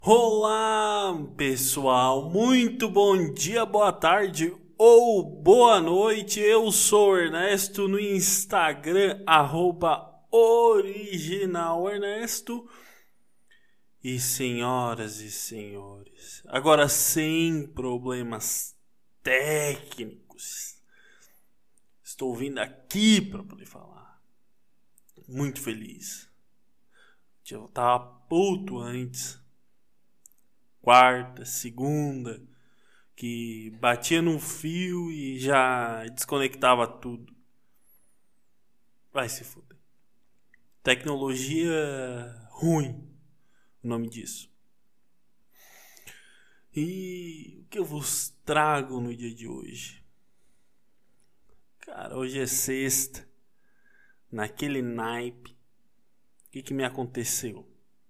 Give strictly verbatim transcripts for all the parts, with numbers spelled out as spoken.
Olá, pessoal, muito bom dia, boa tarde ou boa noite. Eu sou o Ernesto no Instagram, arroba originalernesto. E senhoras e senhores, agora sem problemas técnicos, estou vindo aqui para poder falar. Muito feliz. Eu tava puto antes. Quarta, segunda, que batia no fio e já desconectava tudo. Vai se fuder. Tecnologia ruim, o nome disso. E o que eu vos trago no dia de hoje? Cara, hoje é sexta, naquele naipe. O que que me aconteceu?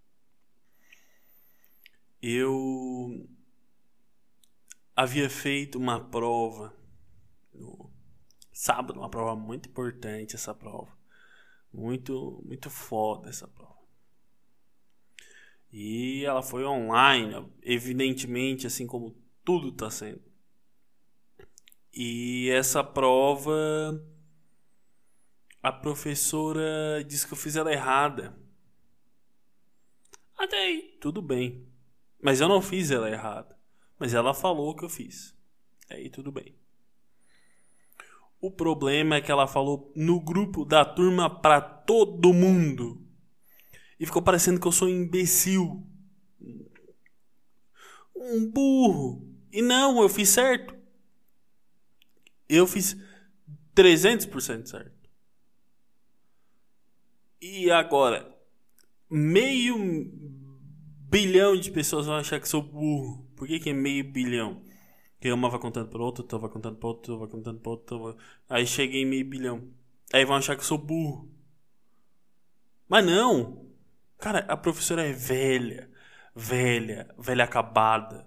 Eu havia feito uma prova no sábado, uma prova muito importante essa prova. Muito, muito foda essa prova. E ela foi online, evidentemente, assim como tudo tá sendo. E essa prova, a professora disse que eu fiz ela errada. Até aí, tudo bem. Mas eu não fiz ela errada. Mas ela falou que eu fiz. Aí tudo bem. O problema é que ela falou no grupo da turma pra todo mundo. E ficou parecendo que eu sou um imbecil. Um burro. E não, eu fiz certo. Eu fiz trezentos por cento certo. E agora, meio bilhão de pessoas vão achar que sou burro. Por que que é meio bilhão? Porque uma vai contando para outro, outra vai contando para outro, outra vai contando para outro. Vai... Aí cheguei em meio bilhão. Aí vão achar que eu sou burro. Mas não. Cara, a professora é velha. Velha. Velha acabada.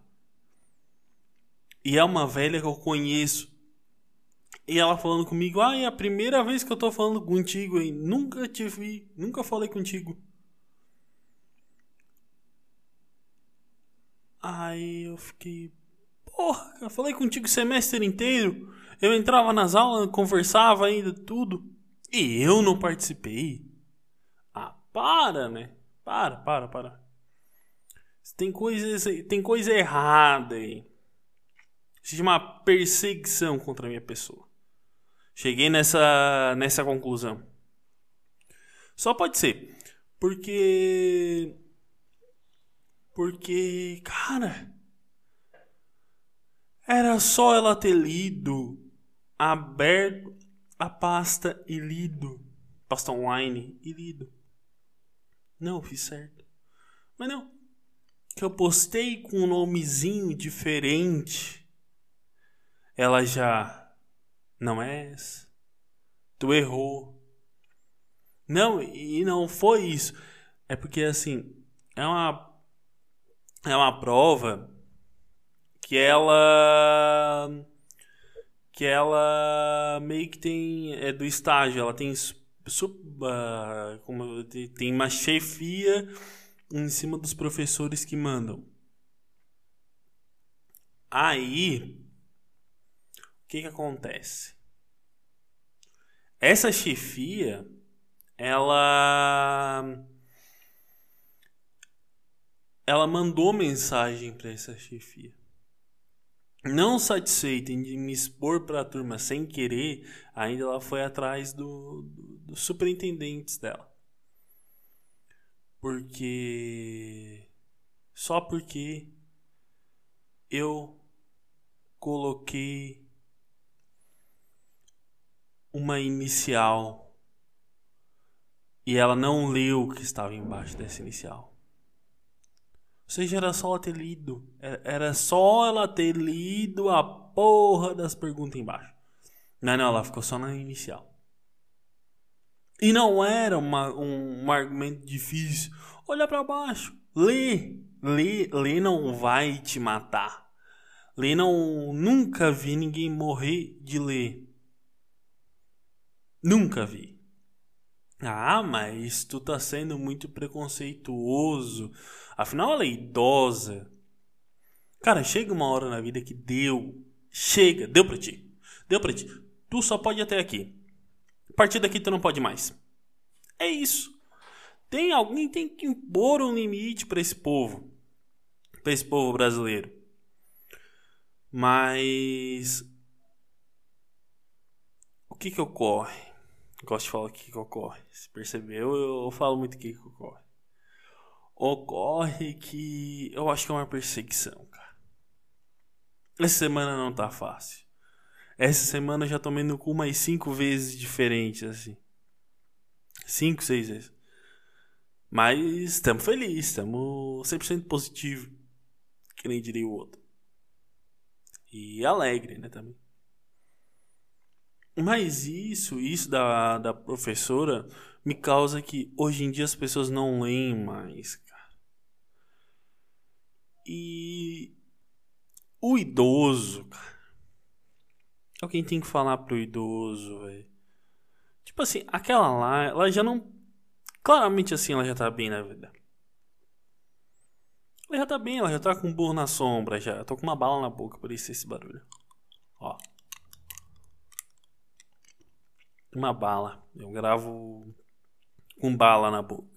E é uma velha que eu conheço. E ela falando comigo. Ah, é a primeira vez que eu tô falando contigo, hein? Nunca te vi. Nunca falei contigo. Aí eu fiquei... Porra, eu falei contigo o semestre inteiro. Eu entrava nas aulas, conversava ainda, tudo. E eu não participei. Ah, para, né? Para, para, para. Tem coisa, tem coisa errada aí. Se chama perseguição contra a minha pessoa. Cheguei nessa, nessa conclusão. Só pode ser. Porque... Porque, cara... Era só ela ter lido, aberto a pasta e lido. Pasta online e lido. Não, fiz certo. Mas não. Que eu postei com um nomezinho diferente. Ela já... Não é essa. Tu errou. Não, e não foi isso. É porque assim... É uma... É uma prova... Que ela... Que ela meio que tem... É do estágio. Ela tem... Uh, como, tem uma chefia em cima dos professores que mandam. Aí... O que que acontece? Essa chefia... Ela... Ela mandou mensagem para essa chefia. Não satisfeita em me expor para a turma sem querer, ainda ela foi atrás do, do, dos superintendentes dela. Porque... Só porque eu coloquei uma inicial e ela não leu o que estava embaixo dessa inicial. Ou seja, era só ela ter lido. Era só ela ter lido a porra das perguntas embaixo. Não, não, ela ficou só na inicial. E não era uma, um, um argumento difícil. Olha pra baixo. Lê. Lê, lê não vai te matar. Lê não... Nunca vi ninguém morrer de ler. Nunca vi. Ah, mas tu tá sendo muito preconceituoso. Afinal, ela é idosa. Cara, chega uma hora na vida que deu. Chega, deu pra ti. Deu pra ti. Tu só pode ir até aqui. A partir daqui tu não pode mais. É isso. Tem alguém tem que impor um limite pra esse povo. Pra esse povo brasileiro. Mas o que que ocorre? Gosto de falar o que que ocorre. Se percebeu, eu falo muito o que que ocorre. Ocorre que eu acho que é uma perseguição, cara. Essa semana não tá fácil. Essa semana eu já tomei no cu mais cinco vezes diferentes, assim. Cinco, seis vezes. Mas estamos felizes, estamos cem por cento positivo. Que nem diria o outro. E alegre, né, também. Mas isso, isso da, da professora me causa que hoje em dia as pessoas não leem mais, cara. E o idoso, cara. Alguém tem que falar pro idoso, velho. Tipo assim, aquela lá, ela já não. Claramente assim, ela já tá bem na vida. Ela já tá bem, ela já tá com um burro na sombra já. Eu tô com uma bala na boca por isso esse barulho. Ó. Uma bala. Eu gravo com bala na boca.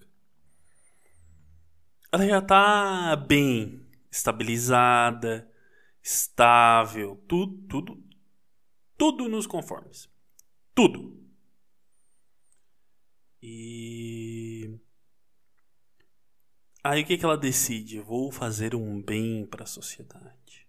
Ela já tá bem, estabilizada, estável, tudo, tudo, tudo nos conformes. Tudo. E aí o que que ela decide? Vou fazer um bem para a sociedade.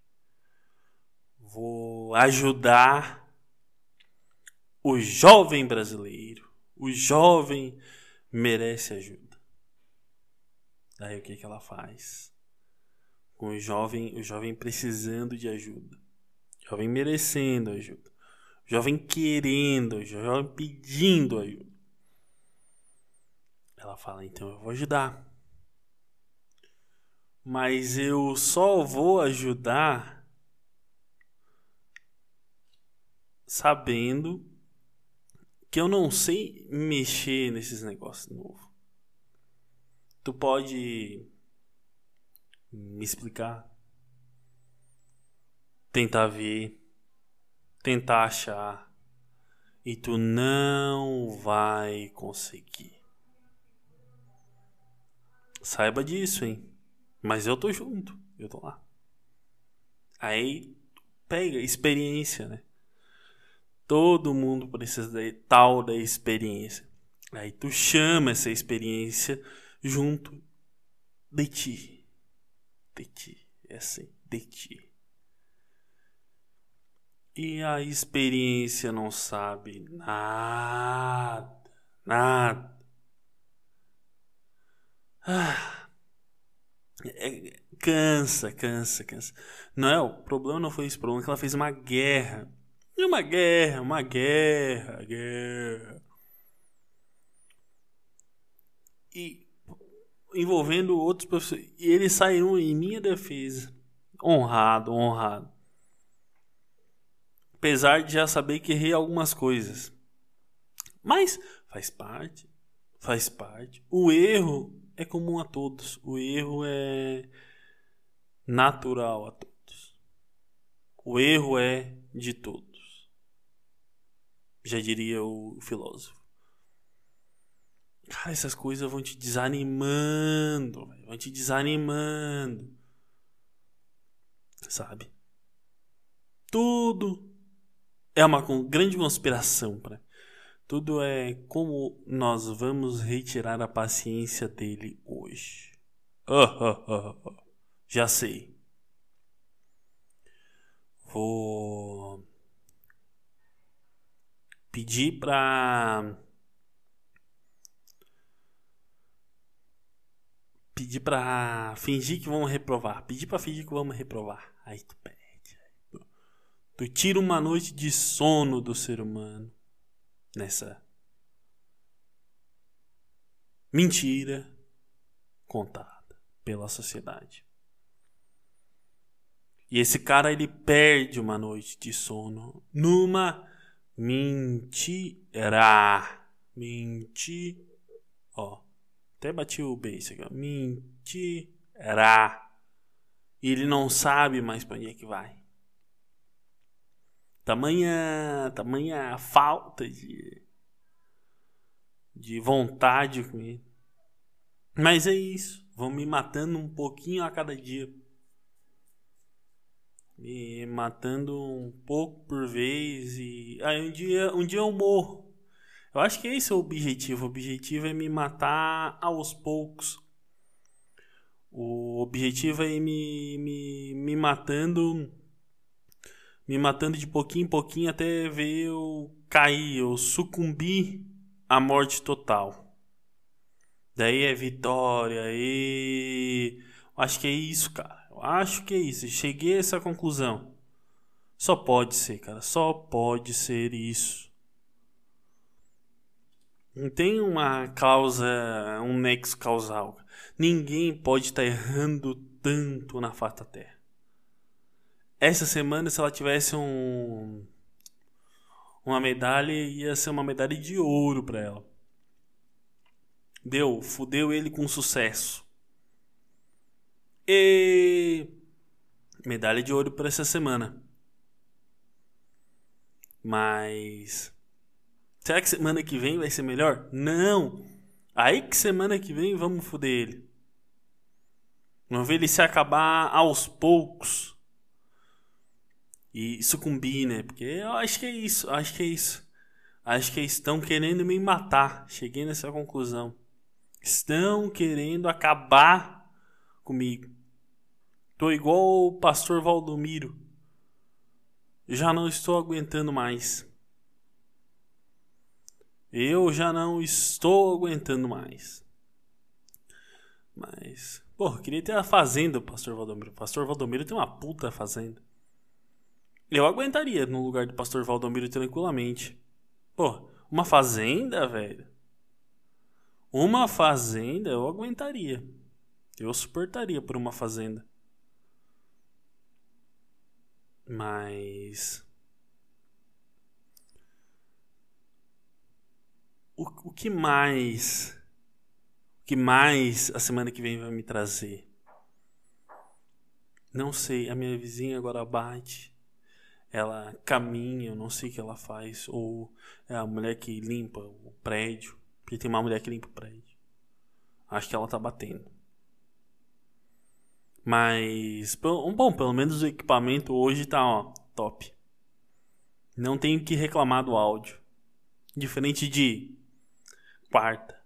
Vou ajudar o jovem brasileiro. O jovem merece ajuda. Daí o que que ela faz? Com o jovem, o jovem precisando de ajuda. O jovem merecendo ajuda. O jovem querendo ajuda. O jovem pedindo ajuda. Ela fala, então eu vou ajudar. Mas eu só vou ajudar sabendo que eu não sei mexer nesses negócios novos. Tu pode me explicar? Tentar ver, tentar achar. E tu não vai conseguir. Saiba disso, hein? Mas eu tô junto, eu tô lá. Aí pega experiência, né? Todo mundo precisa de tal da experiência. Aí tu chama essa experiência junto de ti. De ti. É assim, de ti. E a experiência não sabe nada. Nada. Ah, é, cansa, cansa, cansa. Não é, o problema não foi esse problema, é que ela fez uma guerra. E uma guerra, uma guerra, guerra. E envolvendo outros professores. E eles saíram em minha defesa. Honrado, honrado. Apesar de já saber que errei algumas coisas. Mas faz parte. Faz parte. O erro é comum a todos. O erro é natural a todos. O erro é de todos. Já diria o filósofo. Cara, essas coisas vão te desanimando. Vão te desanimando. Sabe? Tudo é uma grande conspiração. Pra... Tudo é como nós vamos retirar a paciência dele hoje. Oh, oh, oh, oh. Já sei. Vou pedir pra... Pedir pra fingir que vamos reprovar. Pedir pra fingir que vamos reprovar. Aí tu pede. Tu, tu tira uma noite de sono do ser humano. Nessa mentira contada pela sociedade. E esse cara, ele perde uma noite de sono numa mentira. Mentira. Ó, até bati o beijo aqui, ó. Mentira. E ele não sabe mais pra onde é que vai. Tamanha, tamanha falta de, de vontade com ele. Mas é isso. Vão me matando um pouquinho a cada dia. Me matando um pouco por vez. E aí um dia, um dia eu morro. Eu acho que esse é o objetivo. O objetivo é me matar aos poucos. O objetivo é ir me, me, me matando. Me matando de pouquinho em pouquinho até ver eu cair, eu sucumbir à morte total. Daí é vitória. E acho que é isso, cara. Eu acho que é isso. Cheguei a essa conclusão. Só pode ser, cara. Só pode ser isso. Não tem uma causa, um nexo causal. Ninguém pode estar errando tanto na face da Terra. Essa semana, se ela tivesse um, uma medalha, ia ser uma medalha de ouro pra ela. Deu, fudeu ele com sucesso. E medalha de ouro para essa semana. Mas será que semana que vem vai ser melhor? Não. Aí que semana que vem vamos fuder ele. Vamos ver ele se acabar aos poucos. E sucumbir, né? Porque eu acho que é isso, acho que é isso. Acho que estão querendo me matar. Cheguei nessa conclusão. Estão querendo acabar comigo. Tô igual o pastor Valdomiro. Já não estou aguentando mais. Eu já não estou aguentando mais. Mas, pô, queria ter a fazenda, pastor Valdomiro. O pastor Valdomiro tem uma puta fazenda. Eu aguentaria no lugar do pastor Valdomiro tranquilamente. Pô, uma fazenda, velho. Uma fazenda eu aguentaria. Eu suportaria por uma fazenda. Mas o, o que mais o que mais a semana que vem vai me trazer? Não sei, a minha vizinha agora bate. Ela caminha, eu não sei o que ela faz. Ou é a mulher que limpa o prédio. Porque tem uma mulher que limpa o prédio. Acho que ela tá batendo. Mas, bom, pelo menos o equipamento hoje tá, ó, top. Não tenho que reclamar do áudio. Diferente de quarta.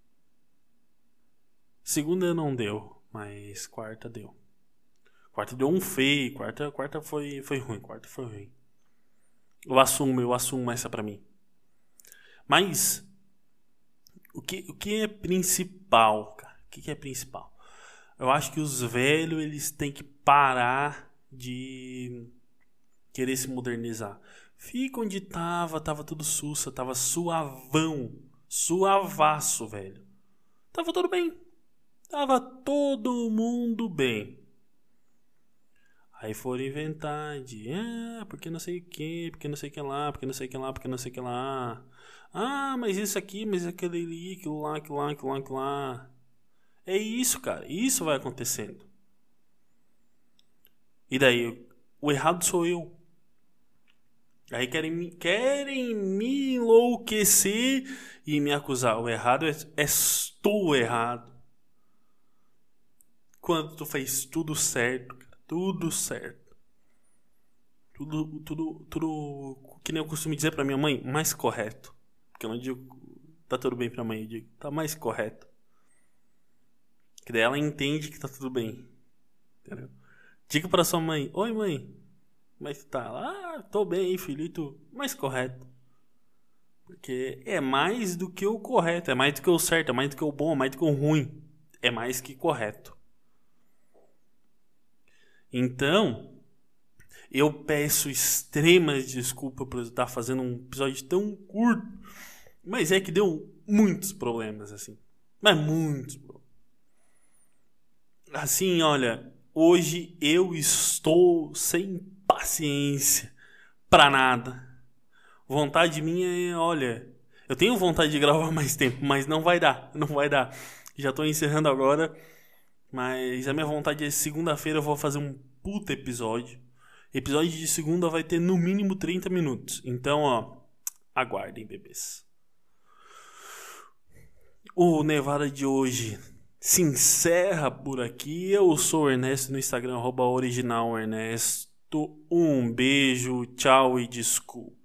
Segunda não deu, mas quarta deu. Quarta deu um feio, quarta, quarta foi, foi ruim, quarta foi ruim. Eu assumo, eu assumo essa pra mim. Mas o que, o que é principal, cara? O que, que é principal? Eu acho que os velhos, eles têm que parar de querer se modernizar. Fica onde tava, tava tudo sussa, tava suavão, suavaço, velho. Tava tudo bem. Tava todo mundo bem. Aí foram inventar de, ah, porque não sei o que, porque não sei o que lá, porque não sei o que lá, porque não sei o que lá. Ah, mas isso aqui, mas aquele ali, aquilo lá, aquilo lá, aquilo lá, aquilo lá. É isso, cara. Isso vai acontecendo. E daí, o errado sou eu. Aí querem me, querem me enlouquecer e me acusar. O errado é, é tu errado. Quando tu fez tudo certo, cara, tudo certo. Tudo, tudo, tudo, que nem eu costumo dizer pra minha mãe, mais correto. Porque eu não digo, tá tudo bem pra mãe, eu digo, tá mais correto. Que daí ela entende que tá tudo bem. Entendeu? Diga pra sua mãe, oi mãe, mas tá lá, ah, tô bem aí, filho, e tu? Mais correto. Porque é mais do que o correto, é mais do que o certo, é mais do que o bom, é mais do que o ruim. É mais que correto. Então, eu peço extremas desculpas por estar fazendo um episódio tão curto. Mas é que deu muitos problemas, assim. Mas muitos problemas. Assim, olha, hoje eu estou sem paciência pra nada. Vontade minha é, olha, eu Eu tenho vontade de gravar mais tempo, mas não vai dar. Não vai dar. Já tô encerrando agora. Mas a minha vontade é segunda-feira eu vou fazer um puta episódio. Episódio de segunda vai ter no mínimo trinta minutos. Então, ó, aguardem, bebês. O Nevada de hoje se encerra por aqui. Eu sou o Ernesto no Instagram, arroba original Ernesto. Um beijo, tchau e desculpa.